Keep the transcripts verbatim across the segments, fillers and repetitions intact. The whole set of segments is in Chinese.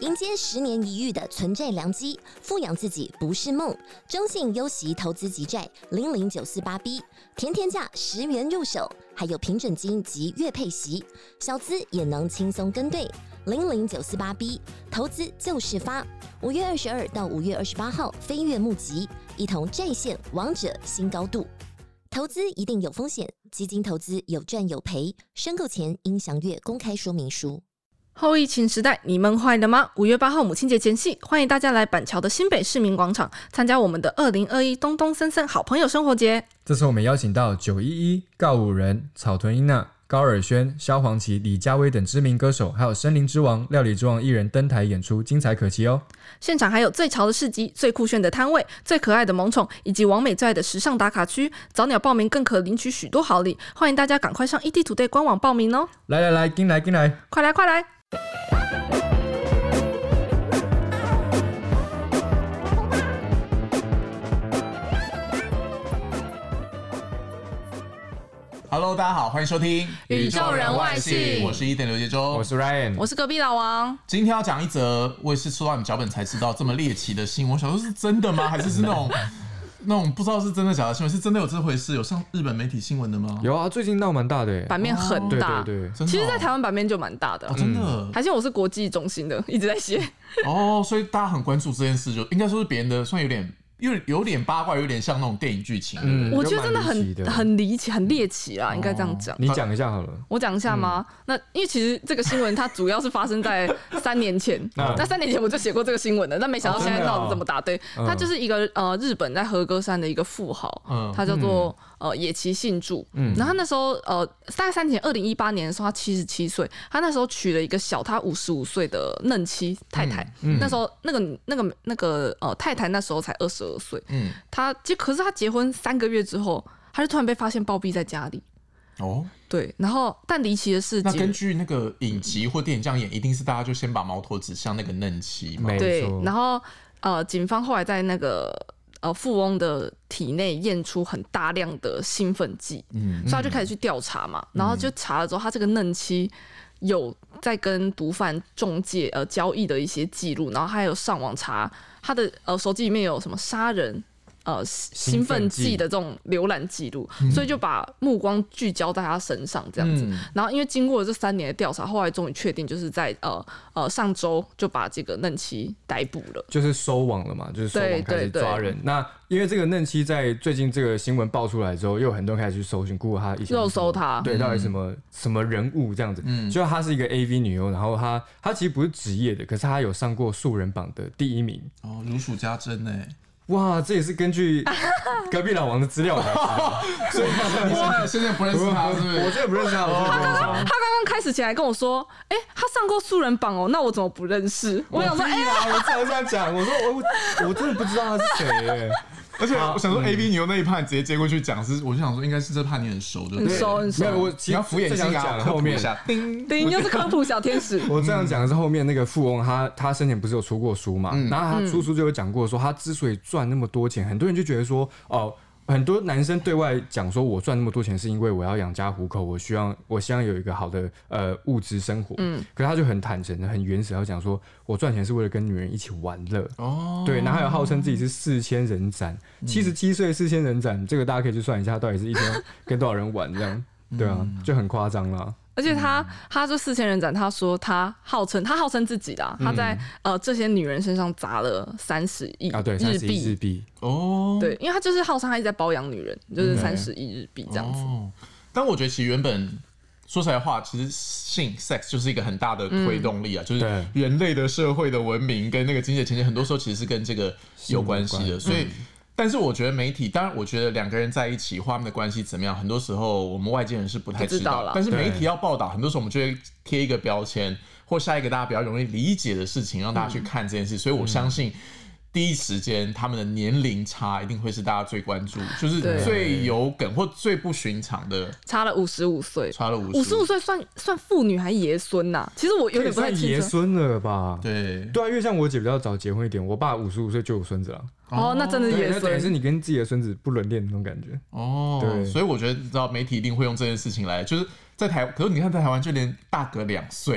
迎接十年一遇的存债良机，富养自己不是梦。中信优息投资级债零零九四八 B， 甜甜价十元入手，还有平准金及月配息，小资也能轻松跟对。零零九四八 B， 投资就是发。五月二十二到五月二十八号飞跃募集，一同债线王者新高度。投资一定有风险，基金投资有赚有赔，申购前应详阅公开说明书。 后疫情时代，你们坏了吗？五月八号母亲节前夕，欢迎大家来板桥的新北市民广场参加我们的二零二一东东森森好朋友生活节。 这次我们邀请到九一一、告五人、草屯英娜、高尔宣、萧煌奇、李佳薇等知名歌手，还有森林之王、料理之王艺人登台演出，精彩可期哦！ 现场还有最潮的市集、最酷炫的摊位、最可爱的萌宠，以及完美最爱的时尚打卡区。早鸟报名更可领取许多好礼，欢迎大家赶快上 E T Today 官网报名哦！ 来来来，进来进来， 快来快来！ Hello， 大家好，欢迎收听宇宙人外星， 我是伊登刘杰洲， 我是 Ryan， 我是隔壁老王。 今天要讲一则，我也是收到你们脚本才知道这么猎奇的新闻。我想说是真的吗？还是是那种那种不知道是真的假的新闻？是真的有这回事？有上日本媒体新闻的吗？ 有啊，最近闹蛮大的耶， 版面很大， 哦、对对对，其实在台湾版面就蛮大的、 哦，真的。 嗯、还是我是国际中心的，一直在写。 哦，所以大家很关注这件事，就应该说是别人的，算有点。有有点八卦，有点像那种电影剧情。嗯， 我觉得真的很很离奇、很猎奇啦，应该这样讲。 你讲一下好了。 我讲一下吗？嗯、那因为其实这个新闻它主要是发生在三年前，那三年前我就写过这个新闻了，但没想到现在闹得这么大。对，他就是一个呃日本在和歌山的一个富豪，嗯、他叫做呃野崎幸助。嗯，然后他那时候呃大概三年前，二零一八年的时候，他七十七岁，他那时候娶了一个小他五十五岁的嫩妻太太。嗯，那时候那个那个那个呃太太那时候才二十二岁。嗯。他可是他结婚三个月之后，他就突然被发现暴毙在家里。哦，对，然后但离奇的是， 那根据那个影集或电影这样演，一定是大家就先把矛头指向那个嫩妻嘛。 对，然后呃，警方后来在那个呃富翁的体内验出很大量的兴奋剂，嗯，所以他就开始去调查嘛，然后就查了之后，他这个嫩妻有在跟毒贩中介呃交易的一些记录，然后还有上网查他的呃手机里面有什么杀人。呃，兴奋剂的这种浏览记录，嗯、所以就把目光聚焦在他身上这样子。嗯、然后，因为经过了这三年的调查，后来终于确定，就是在呃呃上周就把这个嫩妻逮捕了， 就是收网了嘛，就是收网开始抓人。那因为这个嫩妻在最近这个新闻爆出来之后，又有很多人开始去搜寻 Google 他一些又搜他， 对，到底什么、嗯、什么人物这样子。嗯，就她是一个 A V 女优，然后她她其实不是职业的，可是她有上过素人榜的第一名。 哦，如数家珍哎。 哇，这也是根据隔壁老王的资料才知道， 所以你现在现在不认识他是不是？ 我现在不认识他，我真的不认识他。他刚刚开始前来跟我说，哎、欸，他上过素人榜哦，那我怎么不认识？我想说，哎呀、 欸，我这样这样讲，我说我我真的不知道他是谁耶。 而且我想说 A V 女优那一趴直接接过去讲是，我就想说应该是这趴你很熟的， 很熟很熟。 没有，我其实要敷衍性啊， 后面叮叮又是科普小天使。 我这样讲的是后面那个富翁，他他生前不是有出过书嘛，嗯、然后他出书就有讲过说，他之所以赚那么多钱，很多人就觉得说哦。很多男生对外讲说，我赚那么多钱是因为我要养家糊口，我需要我希望有一个好的呃物质生活。嗯，可是他就很坦诚的、很原始，他讲说我赚钱是为了跟女人一起玩乐。哦，对，然后还有号称自己是四千人斩，七十七岁四千人斩，这个大家可以去算一下，到底是一天跟多少人玩这样？对啊，就很夸张啦。 而且他，他这四千人斩，他说他号称他号称自己的、啊，他在、嗯、呃这些女人身上砸了三十亿日币日币哦，对，因为他就是号称他一直在包养女人，就是三十亿日币这样子、哦。 但我觉得其实原本说实在话，其实性 sex 就是一个很大的推动力啊，嗯、就是人类的社会的文明跟那个经济前景，很多时候其实是跟这个有关系的，所以。嗯但是我觉得媒体，当然我觉得两个人在一起或他们的关系怎么样，很多时候我们外界人是不太知道的。但是媒体要报道，很多时候我们就会贴一个标签，或下一个大家比较容易理解的事情，让大家去看这件事。嗯、所以我相信第一时间他们的年龄差一定会是大家最关注，就是最有梗或最不寻常的。 差了五十五岁， 差了五十五岁，算算妇女还爷孙呐？其实我有点不太清楚。 爷孙了吧？ 对对啊，因为像我姐比较早结婚一点，我爸五十五岁就有孙子了。 哦，那真的也是， 等于是你跟自己的孙子不伦恋那种感觉。 哦，对，所以我觉得，你知道，媒体一定会用这件事情来，就是在台，可是你看在台湾，就连大隔两岁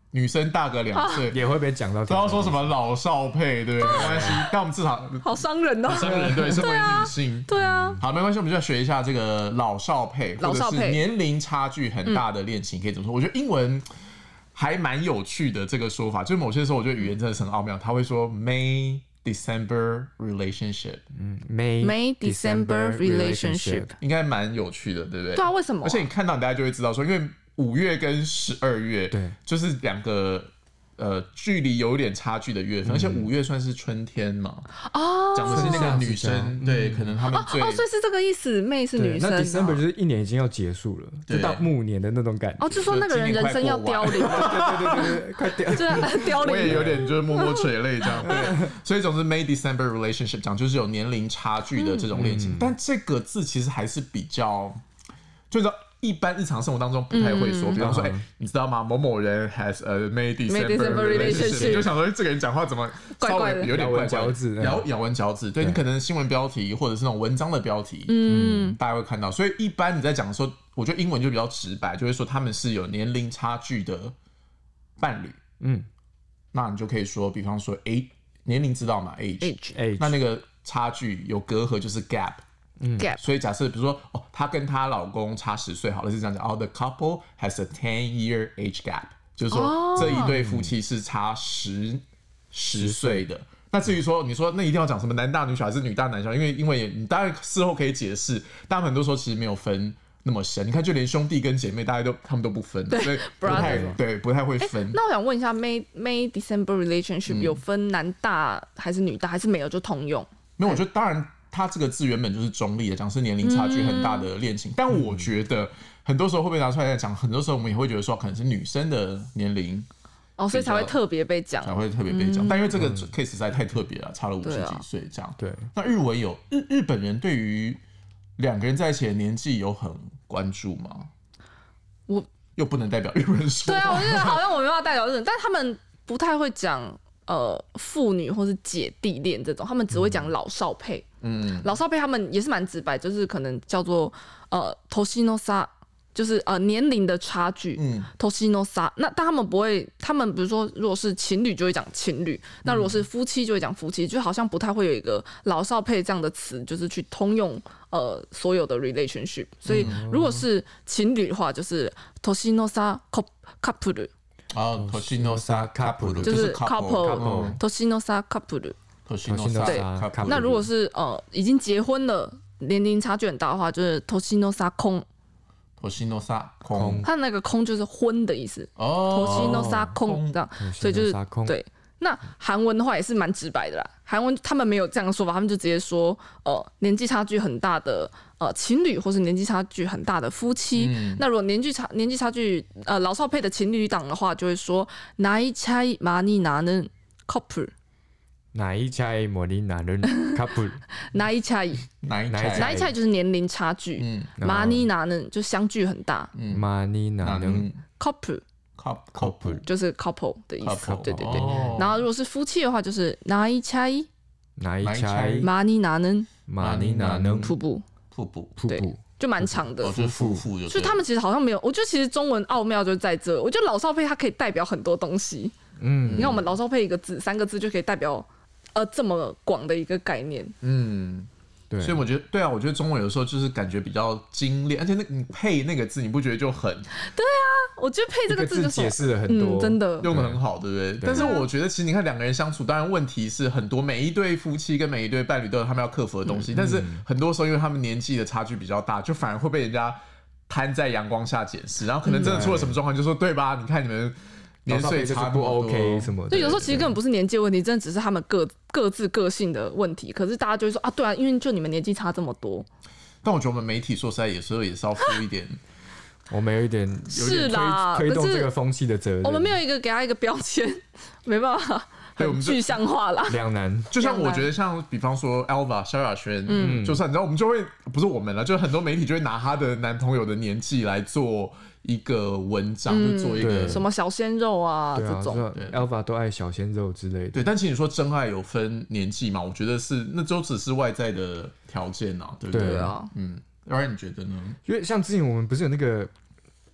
女生大个两岁也会被讲到， 不要说什么老少配，对，没关系，但我们至少好伤人哦， 伤人，对，身为女性， 对啊， 好，没关系，我们就要学一下这个老少配， 老少配或者是年龄差距很大的恋情可以怎么说？我觉得英文还蛮有趣的这个说法，就是某些时候我觉得语言真的是很奥妙，他会说 May December relationship， 嗯 May May December relationship 应该蛮有趣的，对不对？ 对啊，为什么？ 而且你看到，大家就会知道说，因为五月跟十二月， 对， 就是两个呃距离有点差距的月份，嗯、而且五月算是春天嘛，哦，讲的是那个女生，嗯、对，可能他们最哦，所以是这个意思，妹是女生， 那 December 就是一年已经要结束了，就到暮年的那种感觉， 哦，就说那个人人生要凋零， 对对对对，快凋， 对，凋零， 我也有点就是默默垂泪这样，对，所以总之 May December relationship 讲就是有年龄差距的这种恋情，嗯、但这个字其实还是比较，就是一般日常生活当中不太会说，嗯、比方说，哎、欸，你知道吗？某某人 has a May December relationship， 就想说这个人讲话怎么稍微有点怪嚼字， 咬咬文嚼字。对，你可能新闻标题或者是那种文章的标题，嗯，大家会看到。所以一般你在讲的时候，我觉得英文就比较直白，就会说他们是有年龄差距的伴侣。嗯，那你就可以说，比方说 age 年龄知道吗 ？age age， 那那个差距有隔阂就是 gap。 嗯、 所以假设比如说哦，她跟她老公差十岁，好了是这样讲，哦 ，the couple has a ten year age gap， 就是说、哦、这一对夫妻是差十十岁的。那至于说你说那一定要讲什么男大女小还是女大男小，因为因为你当然事后可以解释，但很多时候其实没有分那么深。你看，就连兄弟跟姐妹，大家都他们都不分，所以不太对，不太会分。欸、 那我想问一下 ，May May December relationship、嗯、有分男大还是女大，还是没有就通用？ 没有，我觉得当然。它这个字原本就是中立的，讲是年龄差距很大的恋情，嗯、但我觉得很多时候会被拿出来讲，很多时候我们也会觉得说，可能是女生的年龄哦，所以才会特别被讲， 才会特别被讲。嗯、但因为这个 case 实在太特别了，差了五十几岁这样。 对， 那日文有日日本人对于两个人在一起的年纪有很关注吗？ 我又不能代表日本人说， 对啊，我觉得好像我没办法代表日本，但他们不太会讲呃父女或是姐弟恋这种，他们只会讲老少配。嗯，老少配他们也是蛮直白，就是可能叫做呃年の差，就是呃年龄的差距。嗯，年の差，那但他们不会，他们比如说如果是情侣就会讲情侣，那如果是夫妻就会讲夫妻，就好像不太会有一个老少配这样的词，就是去通用呃所有的 relationship。所以如果是情侣的话，就是年の差 couple。 哦，年の差 couple 就是 couple， 年の差 couple。对，那如果是呃已经结婚了，年龄差距很大的话，就是年の差婚。 年の差婚， 它那个婚就是婚的意思。哦，年の差婚这样，所以就是对。那韩文的话也是蛮直白的啦，韩文他们没有这样的说法，他们就直接说呃年纪差距很大的呃情侣，或是年纪差距很大的夫妻。嗯、那如果年纪差年纪差距呃老少配的情侣档的话，就会说나이 차이 많이 나는 couple。 나이 차이 많이 나는 couple， 나이 차이， 나이 차이就是年龄差距，嗯、많이 나는就相距很大， 嗯、많이 나는 couple， couple 就是 couple 的意思，对对对。哦、然后如果是夫妻的话，就是 나이 차이， 나이 차이 많이 나는 많이 나는 瀑布， 瀑布， 对，就蛮长的， 就是夫妇， 所以他们其实好像没有，我觉得其实中文奥妙就在这，我觉得老少配它可以代表很多东西，嗯，你看我们老少配一个字，三个字就可以代表。呃，这么广的一个概念， 嗯，对，所以我觉得，对啊，我觉得中文有时候就是感觉比较精炼，而且那你配那个字，你不觉得就很？ 对啊，我觉得配这个字就解释了很多， 嗯、真的用的很好，对不对？对，但是我觉得，其实你看两个人相处，当然问题是很多，每一对夫妻跟每一对伴侣都有他们要克服的东西，嗯、但是很多时候因为他们年纪的差距比较大，就反而会被人家摊在阳光下检视，然后可能真的出了什么状况，就说对吧？你看你们。年岁差不 OK 什么的， 就有时候其实根本不是年纪问题，真的只是他们各各自个性的问题。可是大家就会说啊，对啊，因为就你们年纪差这么多。 但我觉得我们媒体说实在，有时候也是要负一点， 我们有一点是啦， 推动这个风气的责任。 我们没有一个给他一个标签，没办法。很具象化啦， 两难。 就像我觉得，像比方说 Elva 萧亚轩，嗯，就算你知道，我们就会不是我们了，就很多媒体就会拿她的男朋友的年纪来做一个文章，嗯、就做一个什么小鲜肉啊这种。 Elva 都爱小鲜肉之类的。 对，但其实你说真爱有分年纪嘛？我觉得是，那就只是外在的条件啊，对不对？ 对啊， 嗯。然而你觉得呢？ 因为像之前我们不是有那个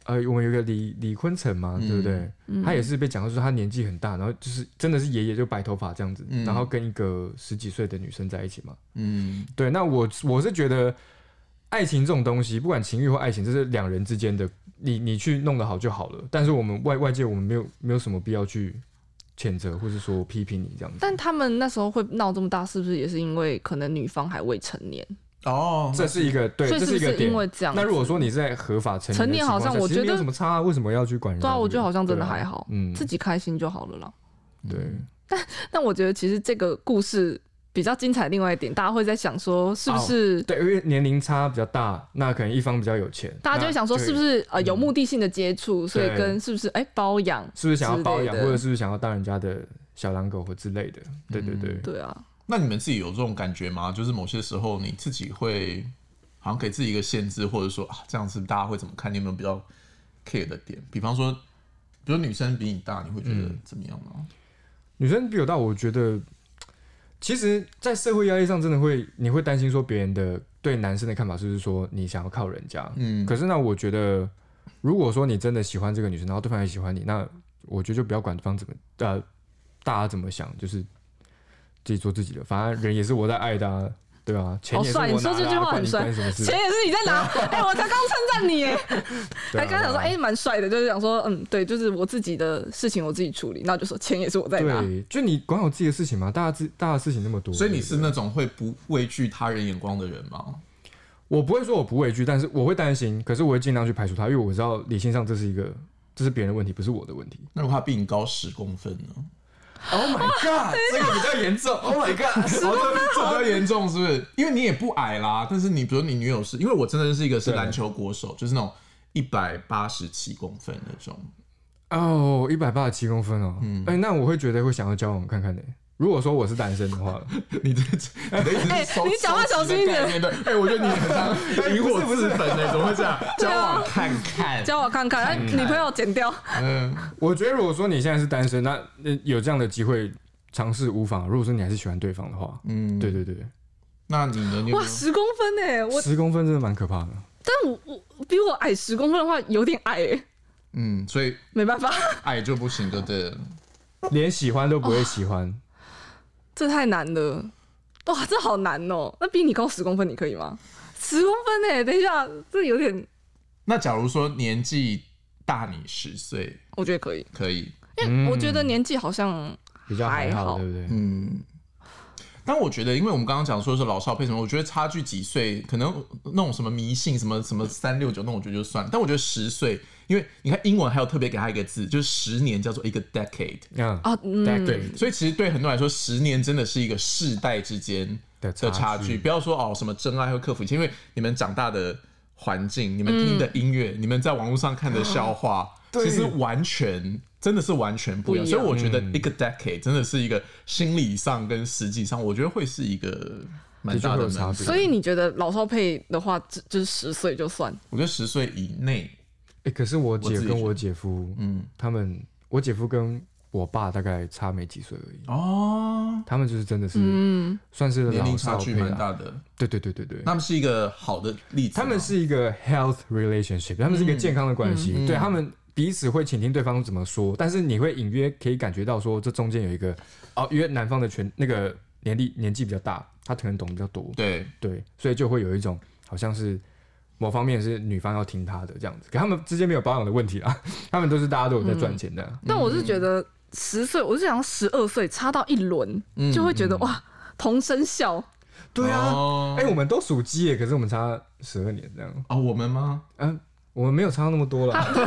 呃，我们有个李李坤城嘛，嗯、对不对？嗯、他也是被讲到说他年纪很大，然后就是真的是爷爷就白头发这样子，嗯、然后跟一个十几岁的女生在一起嘛。嗯，对。那我我是觉得爱情这种东西，不管情欲或爱情，这是两人之间的，你你去弄得好就好了。但是我们外外界我们没有没有什么必要去谴责或是说批评你这样子。 但他们那时候会闹这么大，是不是也是因为可能女方还未成年？ 哦，这是一个对，这是一个点。 因为这样， 那如果说你在合法成年成年，好像我觉得没有什么差，为什么要去管人家？ 对啊，我觉得好像真的还好，嗯，自己开心就好了啦。 对， 但但我觉得其实这个故事比较精彩。另外一点，大家会在想说，是不是、 哦、对，因为年龄差比较大，那可能一方比较有钱， 大家就会想说，是不是呃有目的性的接触，嗯、所以跟是不是哎、欸、包养， 是不是想要包养，或者是不是想要当人家的小狼狗或之类的？对对对， 嗯、对啊。 那你们自己有这种感觉吗？就是某些时候你自己会。好像给自己一个限制，或者说啊，这样子大家会怎么看？你有没有比较 care 的点？比方说，比如女生比你大，你会觉得怎么样呢？嗯、 女生比我大，我觉得其实，在社会压力上，真的会你会担心说别人的对男生的看法，是不是说你想要靠人家？嗯，可是那我觉得，如果说你真的喜欢这个女生，然后对方也喜欢你，那我觉得就不要管对方怎么呃大家怎么想，就是自己做自己的，反正人也是我在爱的啊。对啊，钱也是我拿的、啊。 好帅！你说这句话很帅，钱也是你在拿。哎、欸，我才刚称赞你耶，还刚想说，哎、欸，蛮帅的，就是想说，嗯，对，就是我自己的事情我自己处理，然后就说钱也是我在拿。 对，就你管好自己的事情嘛，大家自大家的事情那么多， 所以你是那种会不畏惧他人眼光的人吗？ 我不会说我不畏惧，但是我会担心，可是我会尽量去排除他，因为我知道理性上这是一个，这是别人的问题，不是我的问题。 那如果他比你高十公分呢？ Oh my god， 这个比较严重。Oh my god， 这比较严重是不是？因为你也不矮啦，但是你比如你女友是，因为我真的认识一个是篮球国手，就是那种一百八十七公分那种。 哦，一百八十七公分哦，嗯，哎、欸，那我会觉得会想要交往看看的、欸。如果说我是单身的话， 你这你的意思是收、欸、 你讲话小心一点。 哎、欸，我觉得你很像引火自焚呢，怎么会这样？交往看看， 交往看看，哎，女朋友剪掉。 嗯，我觉得如果说你现在是单身，那有这样的机会尝试无妨。如果说你还是喜欢对方的话，嗯，对对对。 那你呢？ 哇，十公分哎，我十公分真的蛮可怕的。 但我我比我矮十公分的话，有点矮哎。 嗯，所以没办法， 矮就不行，对不对？ 连喜欢都不会喜欢。哦， 这太难了，哇，这好难哦！那比你高十公分，你可以吗？十公分哎，等一下，这有点。 那假如说年纪大你十岁， 我觉得可以， 可以， 因为我觉得年纪好像比较还好，对不对？ 嗯。但我觉得，因为我们刚刚讲说是老少配什么，我觉得差距几岁，可能那种什么迷信，什么什么三六九那种，我觉得就算。但我觉得十岁，因为你看英文还有特别给他一个字，就是十年叫做一个 decade 啊，嗯， 对，所以其实对很多人来说，十年真的是一个世代之间的差距。不要说哦什么真爱会克服一切，因为你们长大的环境，你们听的音乐，嗯、你们在网络上看的笑话，其实完全。真的是完全不一样，所以我觉得一个 decade 真的是一个心理上跟实际上，我觉得会是一个蛮大的差别。 所以你觉得老少配的话，就是十岁就算？ 我觉得十岁以内。 哎、欸，可是我姐跟我姐夫，嗯，他们，我姐夫跟我爸大概差没几岁而已。哦，他们就是真的是，嗯，算是年龄差距蛮大的。 对对对对对， 他们是一个好的例子。 他们是一个 health relationship， 他们是一个健康的关系。嗯嗯、对他们。彼此会倾听对方怎么说，但是你会隐约可以感觉到说，这中间有一个哦，因为男方的权那个年龄年纪比较大，他可能懂得比较多， 对对，所以就会有一种好像是某方面是女方要听他的这样子，可他们之间没有包养的问题啦，他们都是大家都有在赚钱的、嗯。 但我是觉得十岁，我是想十二岁差到一轮、嗯，就会觉得、嗯、哇，同生肖。 对啊，哎、哦欸，我们都属鸡耶，可是我们差十二年这样。 哦，我们吗？ 嗯。我们没有差那么多了，推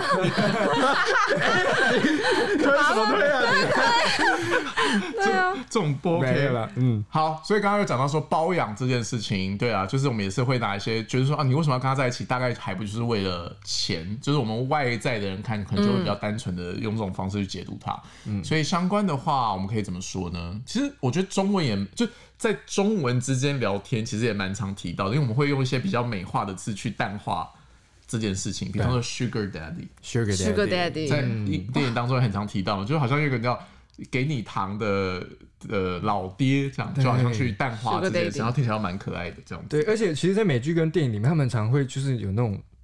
什么推啊？ 对啊， 这种不 OK 了。嗯， 好，所以刚刚有讲到说包养这件事情，对啊，就是我们也是会拿一些，觉得说啊，你为什么要跟他在一起？大概还不就是为了钱？就是我们外在的人看，可能就会比较单纯的用这种方式去解读它。嗯，所以相关的话，我们可以怎么说呢？其实我觉得中文也就在中文之间聊天，其实也蛮常提到的，因为我们会用一些比较美化的字去淡化。这件事情，比方说 Sugar Daddy，Sugar Daddy，, Daddy 在电影当中很常提到，就好像有个叫给你糖的呃老爹这样，就好像去淡化这件事，然后听起来蛮可爱的这样子。 对，而且其实，在美剧跟电影里面，他们常会就是有那种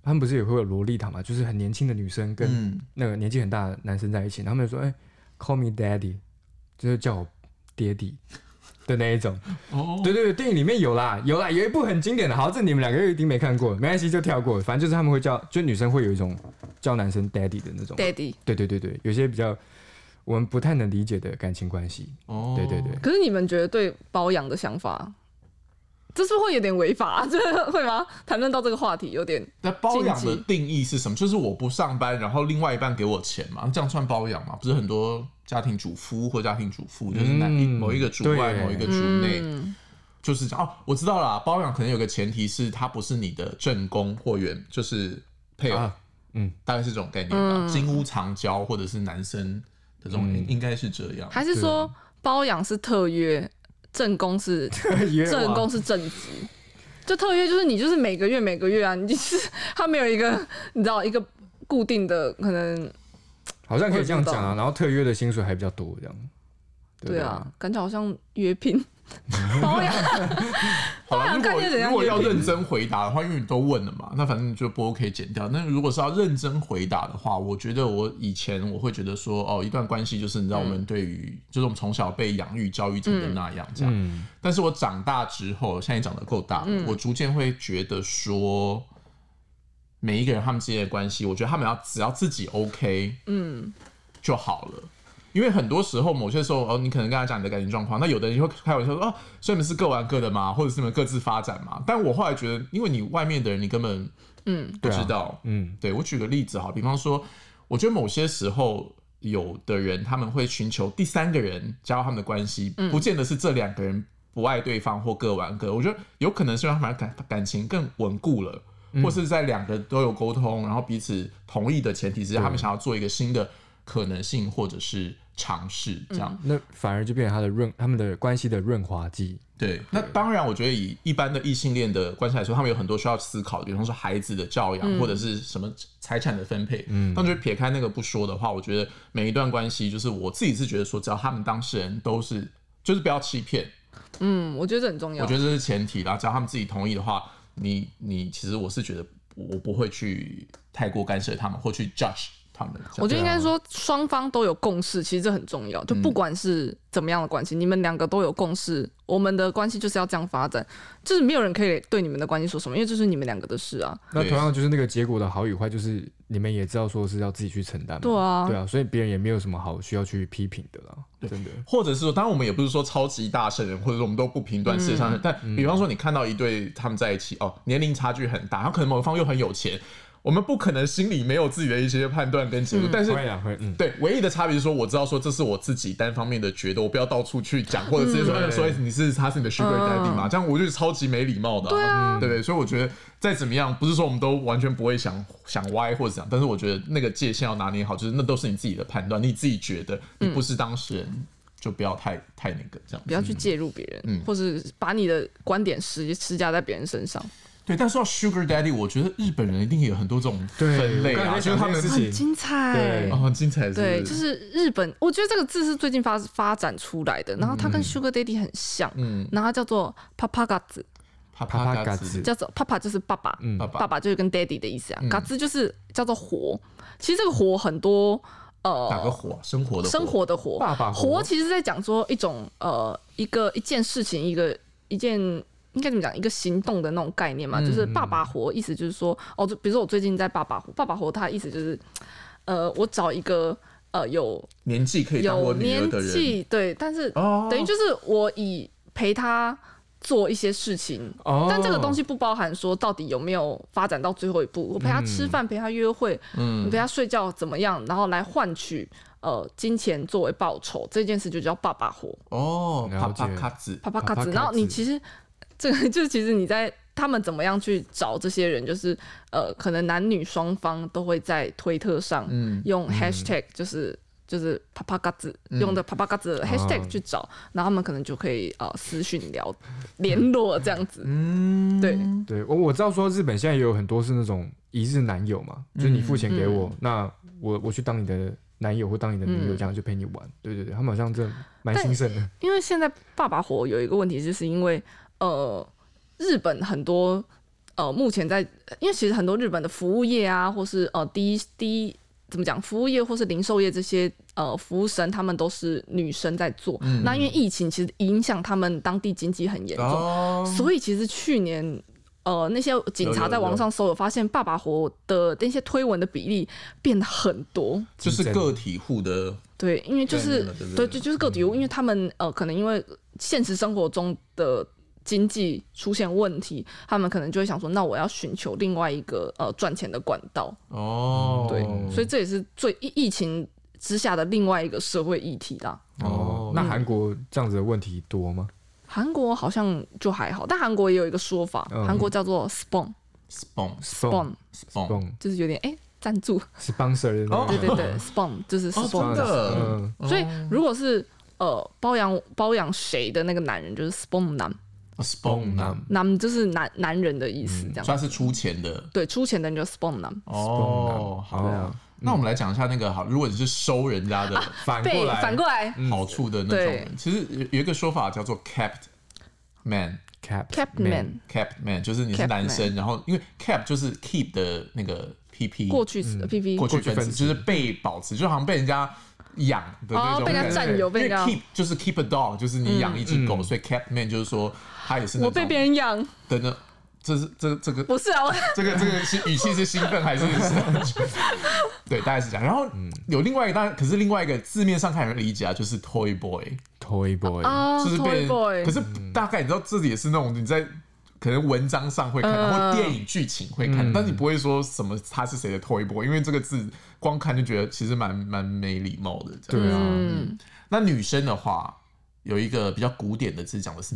他们不是也会有萝莉塔嘛，就是很年轻的女生跟那个年纪很大的男生在一起，然后他们就说，哎、欸、，call me daddy， 就是叫我爹地的那一种。哦，对对对，电影里面有啦，有啦，有一部很经典的，好，这你们两个一定没看过，没关系，就跳过。反正就是他们会叫，就女生会有一种叫男生 daddy 的那种 daddy。 对对对对，有些比较我们不太能理解的感情关系。哦，对对对。 可是你们觉得对包养的想法？这是会有点违法、啊，这会吗？谈论到这个话题有点。 那包养的定义是什么？就是我不上班，然后另外一半给我钱嘛，这样算包养吗？不是很多家庭主夫或家庭主妇，就是男、嗯、某一个主外，某一个主内，嗯、就是这样。哦，我知道了，包养可能有个前提是他不是你的正宫或原，就是配偶，啊、嗯，大概是这种概念吧。嗯、金屋藏娇或者是男生的这种，嗯、应该是这样。 还是说包养是特约？正宫是正宫是正职，就特约就是你就是每个月每个月啊，你就是他没有一个你知道一个固定的可能， 好像可以这样讲啊。然后特约的薪水还比较多这样。 对, 对啊，感觉好像约聘包养。 好了，如果如果要认真回答的话，因为你都问了嘛，那反正就不 OK 剪掉。那如果是要认真回答的话，我觉得我以前我会觉得说，哦，一段关系就是你知道我们对于、嗯、就是我们从小被养育教育成的那样这样。嗯、但是我长大之后，现在也长得够大了、嗯，我逐渐会觉得说，每一个人他们之间的关系，我觉得他们要只要自己 OK， 嗯，就好了。因为很多时候，某些时候哦，你可能跟他讲你的感情状况，那有的人会开玩笑说哦，所以你们是各玩各的嘛，或者是你们各自发展嘛。但我后来觉得，因为你外面的人，你根本嗯不知道，嗯，对我举个例子哈，比方说，我觉得某些时候有的人他们会寻求第三个人加入他们的关系，不见得是这两个人不爱对方或各玩各，我觉得有可能是让他们感感情更稳固了，或是在两个都有沟通，然后彼此同意的前提之下，他们想要做一个新的可能性或者是尝试这样、 嗯，那反而就变成他的润他们的关系的润滑剂。 对，那当然，我觉得以一般的异性恋的关系来说，他们有很多需要思考的，比方说孩子的教养、嗯、或者是什么财产的分配。嗯，但就撇开那个不说的话，我觉得每一段关系，就是我自己是觉得说，只要他们当事人都是，就是不要欺骗。 嗯，我觉得这很重要。 我觉得这是前提啦，只要他们自己同意的话，你你其实我是觉得我不会去太过干涉他们，或去 judge。 我觉得应该说双方都有共识，其实这很重要。就不管是怎么样的关系、嗯，你们两个都有共识，我们的关系就是要这样发展，就是没有人可以对你们的关系说什么，因为这是你们两个的事啊。 那同样就是那个结果的好与坏，就是你们也知道说是要自己去承担嘛。 对啊， 对啊，所以别人也没有什么好需要去批评的啦。真的， 或者是说，当然我们也不是说超级大圣人，或者说我们都不评断世界上、嗯，但比方说你看到一对他们在一起，哦，年龄差距很大，然后可能某一方又很有钱。我们不可能心里没有自己的一些判断跟结论、嗯，但是、嗯、对唯一的差别是说，我知道说这是我自己单方面的觉得，我不要到处去讲，或者直接说，嗯、所以你是他是你的 sugar daddy 嘛、嗯？这样我就超级没礼貌的、啊， 对啊， 对不对？所以我觉得再怎么样，不是说我们都完全不会想想歪或者怎样，但是我觉得那个界限要拿捏好，就是那都是你自己的判断，你自己觉得你不是当事人。嗯就不要太太那个这样， 不要去介入别人、嗯，或是把你的观点施施加在别人身上。 对，但说到 Sugar Daddy， 我觉得日本人一定有很多这种分类啊，就是他们很精彩， 哦，很精彩是不是， 对，就是日本，我觉得这个字是最近发发展出来的，然后它跟 Sugar Daddy 很像，嗯，然后它叫做 Papagazzi， Papagazzi 叫做 Papa 就是爸爸，嗯，爸爸就是跟 Daddy 的意思啊，嘎、嗯、兹就是叫做活，其实这个活很多。 呃，哪个活？生活的活， 生活的活， 爸爸活， 活其实在讲说一种呃一个一件事情，一个一件应该怎么讲？一个行动的那种概念嘛，嗯、就是爸爸活，意思就是说哦，比如说我最近在爸爸活，爸爸活，它的意思就是呃，我找一个呃有年纪可以当我女儿的人， 有年纪对，但是、哦、等于就是我以陪他。做一些事情、oh. 但这个东西不包含说到底有没有发展到最后一步。我陪他吃饭、嗯，陪他约会，嗯，陪他睡觉怎么样，然后来换取呃金钱作为报酬，这件事就叫爸爸活。 哦，啪啪卡子， 啪啪卡子。然后你其实这个就是其实你在他们怎么样去找这些人，就是呃可能男女双方都会在推特上用 hashtag 就是。嗯就是啪啪嘎子用的啪啪嘎子的 hashtag 去找，然后他们可能就可以呃私讯聊联络这样子。嗯，对对，我我知道说日本现在也有很多是那种一日男友嘛，就是你付钱给我，嗯、那我我去当你的男友或当你的女友，这样就陪你玩。嗯、对对对，他们好像真的蛮兴盛的。 因为现在爸爸活有一个问题，就是因为呃日本很多。 呃目前在，因为其实很多日本的服务业啊，或是呃低低怎么讲，服务业或是零售业这些呃服务生，他们都是女生在做。嗯、那因为疫情其实影响他们当地经济很严重，哦、所以其实去年呃那些警察在网上搜有发现，爸爸活的那些推文的比例变得很多， 就是个体户的。 对，因为就是对，就就是个体户，嗯、因为他们呃可能因为现实生活中的经济出现问题，他们可能就会想说，那我要寻求另外一个呃赚钱的管道。哦，对，所以这也是最疫情之下的另外一个社会议题啦。 哦，那韩国这样子的问题多吗？ 韩国好像就还好，但韩国也有一个说法，韩、嗯、国叫做 spawn，spawn，spawn， spawn spawn， 就是有点哎。赞助 sponsor 的那对对对 spawn 就是 spawn 的、 哦嗯、所以如果是呃包养包养谁的那个男人就是 spawn 男 spawn 男男就是男男人的意思，这样、嗯、 所以他是出钱的， 对，出钱的人就 spawn 男。 哦，好、啊嗯、那我们来讲一下那个好，如果你是收人家的、啊、 反过来反过来好处的那种人、嗯、其实有一个说法叫做 kept man kept man kept man 就是你是男生，然后因为 kept 就是 keep 的那个P P 过去式的 P P 过去分词就是被保持，就好像被人家养的那种， 哦、被人家占有，被人家 keep 就是 keep a dog， 就是你养一只狗，嗯、所以 kept man 就是说他也是那种我被别人养的那，这是这这个不是啊， 这个这个是语气是兴奋还是？对，大概是这样。然后有另外一个，当然可是另外一个字面上看人理解啊，就是 toy boy，toy boy， 啊、 就是被人 toy boy， 可是大概你知道自己也是那种你在。可能文章上会看到，呃、或电影剧情会看到，嗯、但你不会说什么他是谁的 toy boy， 因为这个字光看就觉得其实蛮蛮没礼貌的。 对啊、 嗯，那女生的话有一个比较古典的字讲的是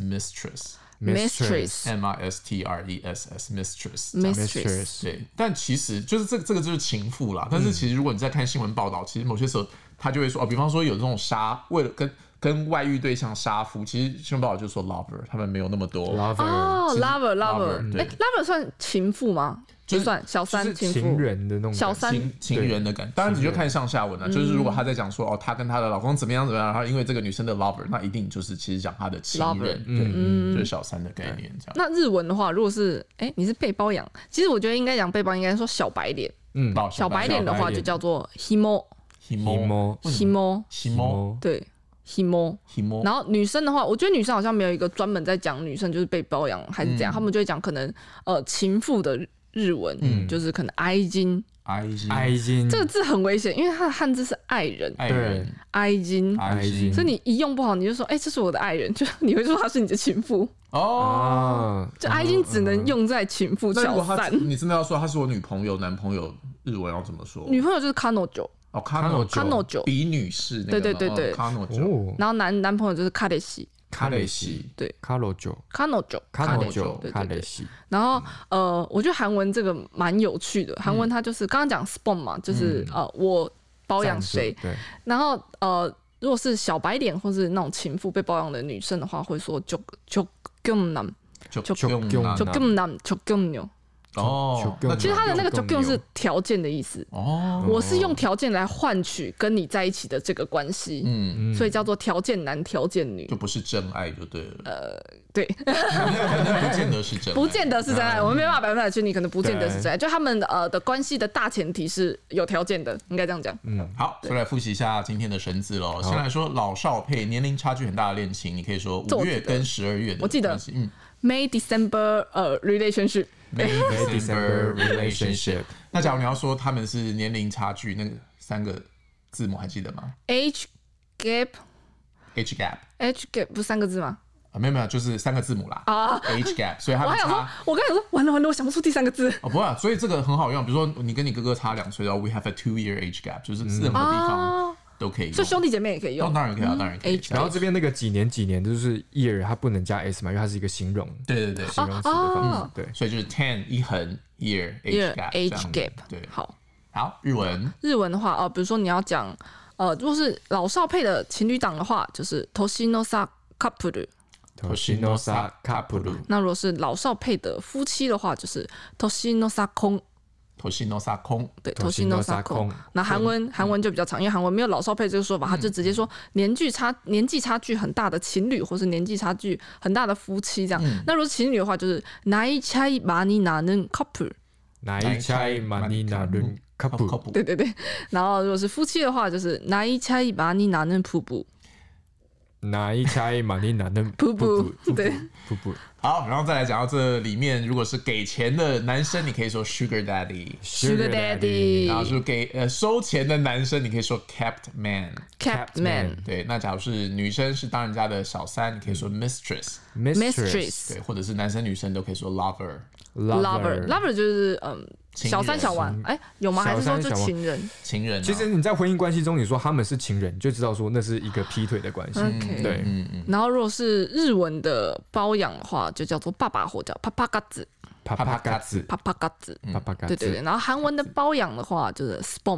mistress，mistress，m i s t r e s s，mistress，mistress， 对，但其实就是这个这个就是情妇啦。但是其实如果你在看新闻报道，其实某些时候他就会说哦，比方说有这种杀，为了跟。跟外遇对象杀夫，其实新闻报道就说 lover， 他们没有那么多 lover 哦 lover lover， 哎 lover 算情妇吗？就算小三情妇， 情人的那种小三情情人的感觉。当然你就看上下文了、啊，就是如果他在讲说哦，他跟他的老公怎么样怎么样，然后因为这个女生的 lover， 那一定就是其实讲他的情人，对，嗯、就是小三的概念这样。 那日文的话，如果是哎、欸、你是被包养，其实我觉得应该讲被包，应该说小白脸，嗯，小白脸的话就叫做 himo himo himo himo， 对。himo， 然后女生的话，我觉得女生好像没有一个专门在讲女生就是被包养还是怎样，他、嗯、们就会讲可能呃情妇的日文，嗯、就是可能爱金， 爱金， 爱金这个字很危险，因为它的汉字是爱人， 爱人， 爱金， 爱金， 所以你一用不好，你就说哎、欸，这是我的爱人，就你会说他是你的情妇哦， 就爱金只能用在情妇小三， 你真的要说他是我女朋友、男朋友，日文要怎么说？ 女朋友就是 kanojo。 哦 ，kanojo， 比女士那个， 对对对对 ，kanojo， 然后男男朋友就是 kareshi，kareshi， 对 ，kanojo，kanojo，kanojo， 对对对。 然后呃，我觉得韩文这个蛮有趣的，韩文它就是刚刚讲 spawn 嘛，就是呃我包养谁，然后呃如果是小白脸或是那种情妇被包养的女生的话，会说조 조 경男，조경남조경남조경녀。 哦， 其实他的那个 조경是条件的意思。哦，我是用条件来换取跟你在一起的这个关系，嗯，所以叫做条件男、条件女， 就不是真爱就对了。 呃，对， 可能不见得是真爱， 不见得是真爱，我们没办法百分百确定，可能不见得是真爱。就他们呃的关系的大前提是有条件的，应该这样讲。 嗯，好，所以来复习一下今天的神字喽。先来说老少配，年龄差距很大的恋情，你可以说五月跟十二月的， 我记得，嗯 ，May December 呃 relationship。May December relationship。 那假如你要说他们是年龄差距，那个三个字母还记得吗 ？Age gap。Age gap。Age gap 不是三个字吗？ 啊，没有没有，就是三个字母啦。啊 ，age gap， 所以他们差。 我刚才说完了完了，我想不出第三个字。 哦，不会、啊，所以这个很好用。比如说你跟你哥哥差两岁，然后 we have a two year age gap， 就是任何地方都可以用。 所以兄弟姐妹也可以用。 当然可以啊，当然可以。 然后这边那个几年几年就是 year， 它不能加 s 嘛，因为它是一个形容。 对对对， 形容词的方式。对， 所以就是 ten 一横 year age gap。age gap。 对， 好。 好，日文。 日文的话，哦，比如说你要讲，呃，如果是老少配的情侣档的话，就是年の差カップル。 年の差カップル。 那如果是老少配的夫妻的话，就是年の差婚。 头西诺萨空， 对，头西诺萨空。那韩文韩文就比较长，因为韩文没有老少配这个说法，他就直接说年纪差年纪差距很大的情侣，或是年纪差距很大的夫妻这样。嗯、那如果是情侣的话，就是나이 차이 많이 나는 커플。 나이 차이 많이 나는 커플。 对对对。然后如果是夫妻的话，就是나이 차이 많이 나는 부부。 나이 차이 많이 나는 부부。 对， 부부。 好，然后再来讲到这里面，如果是给钱的男生，你可以说 sugar daddy，sugar daddy。 然后是给呃收钱的男生，你可以说 kept man，kept man。 对，那假如是女生是当人家的小三，你可以说 mistress，mistress。 对，或者是男生女生都可以说 lover，lover，lover 就是嗯。小三小玩，哎，有吗？还是说就情人？ 情人。 其实你在婚姻关系中，你说他们是情人，就知道说那是一个劈腿的关系。对， 嗯嗯。然后如果是日文的包养的话，就叫做爸爸或叫啪啪嘎子， 啪啪嘎子， 啪啪嘎子， 啪啪嘎子。 对对对。然后韩文的包养的话，就是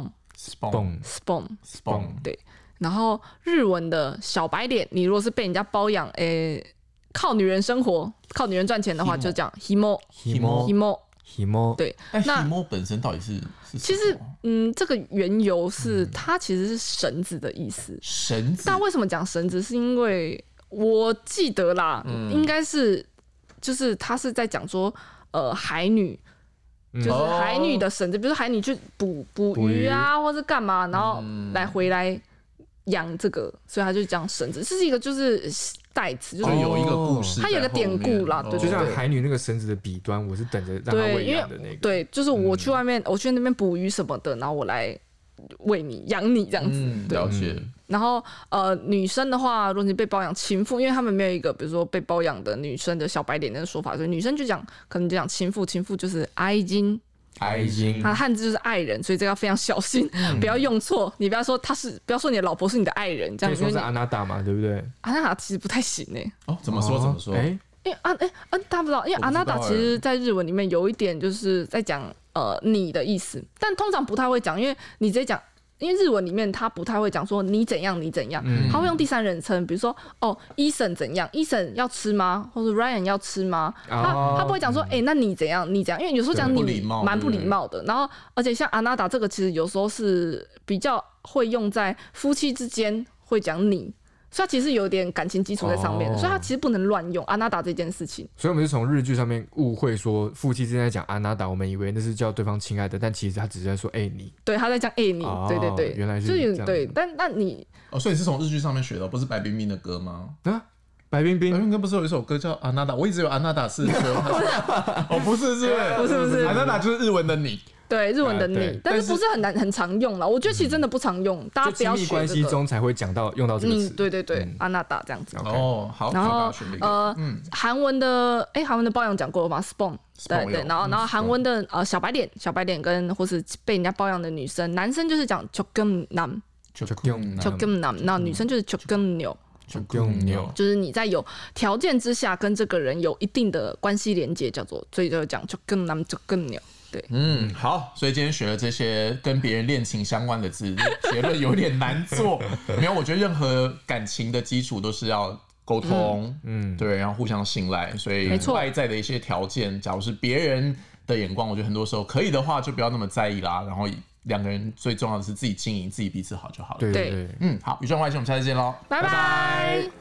spon，spon，spon，spon。 对。然后日文的小白脸，你如果是被人家包养，哎，靠女人生活，靠女人赚钱的话，就讲 himo，himo，himo。对， 但 himo 本身到底是是其实嗯，这个缘由是它其实是绳子的意思。 绳子。 但为什么讲绳子？是因为我记得啦，嗯、应该是就是他是在讲说呃海女，就是海女的绳子，比如说海女去捕捕鱼啊，或是干嘛，然后来回来养这个，所以他就讲绳子，这是一个就是代词，就是有一个故事， 它有一个典故啦，对， 就像海女那个绳子的彼端，我是等着让它喂养的那个， 对，就是我去外面，我去那边捕鱼什么的，然后我来喂你养你这样子， 了解。 然后呃，女生的话，如果你被包养情妇，因为他们没有一个比如说被包养的女生的小白脸的说法，所以女生就讲可能就讲情妇，情妇就是爱金。 爱人， 他汉字就是爱人，所以这个要非常小心，嗯、不要用错。你不要说他是，不要说你的老婆是你的爱人，这样可以说是阿娜达嘛，对不对？ 阿娜达其实不太行哎、欸。 哦，怎么说？怎么说？哎、 欸，因为阿哎嗯，大家不知道，因为阿娜达其实在日文里面有一点就是在讲呃你的意思，但通常不太会讲，因为你直接讲。因为日文里面他不太会讲说你怎样你怎样，嗯、他会用第三人称，比如说哦，伊森怎样，伊森要吃吗？或者 Ryan 要吃吗？哦、他他不会讲说哎、欸，那你怎样你怎样？因为有时候讲你蛮不礼貌的。然后而且像阿娜达这个，其实有时候是比较会用在夫妻之间会讲你。所以它其实有点感情基础在上面的，哦、所以它其实不能乱用阿娜达这件事情。 所以我们是从日剧上面误会说夫妻之间在讲阿娜达，我们以为那是叫对方亲爱的，但其实他只是在说哎、欸、你。 对，他在讲哎、欸、你，哦、对对对， 原来是这样。 对，但那你哦，所以你是从日剧上面学的，不是白冰冰的歌吗？ 啊，白冰冰， 白冰冰歌不是有一首歌叫阿娜达？我一直以为阿娜达是说哦，不是，是不是不是， 阿娜达就是日文的你。 对日文的你，啊、但是不是很难很常用了。我觉得其实真的不常用，嗯、大家不要学、这个。 亲密关系中才会讲到用到这个词。 嗯，对对对，嗯、阿娜达这样子。 哦，好。 然后呃，韩、嗯、文的哎，韩文的包养讲过了吗 ？Spon， 对对，然后然后韩文的呃小白脸，小白脸跟或是被人家包养的女生，男生就是讲chogemnam，chogemnam，那女生就是 chogemnyo。就是你在有条件之下跟这个人有一定的关系连接，叫做，所以就讲 chogemnam chogemnyo。对， 嗯，好，所以今天学了这些跟别人恋情相关的字，结论有点难做。没有，我觉得任何感情的基础都是要沟通，嗯，对，然后互相信赖。所以外在的一些条件，假如是别人的眼光，我觉得很多时候可以的话，就不要那么在意啦。然后两个人最重要的是自己经营，自己彼此好就好了。 对对对， 嗯，好，宇宙外星，我们下次见喽， 拜拜。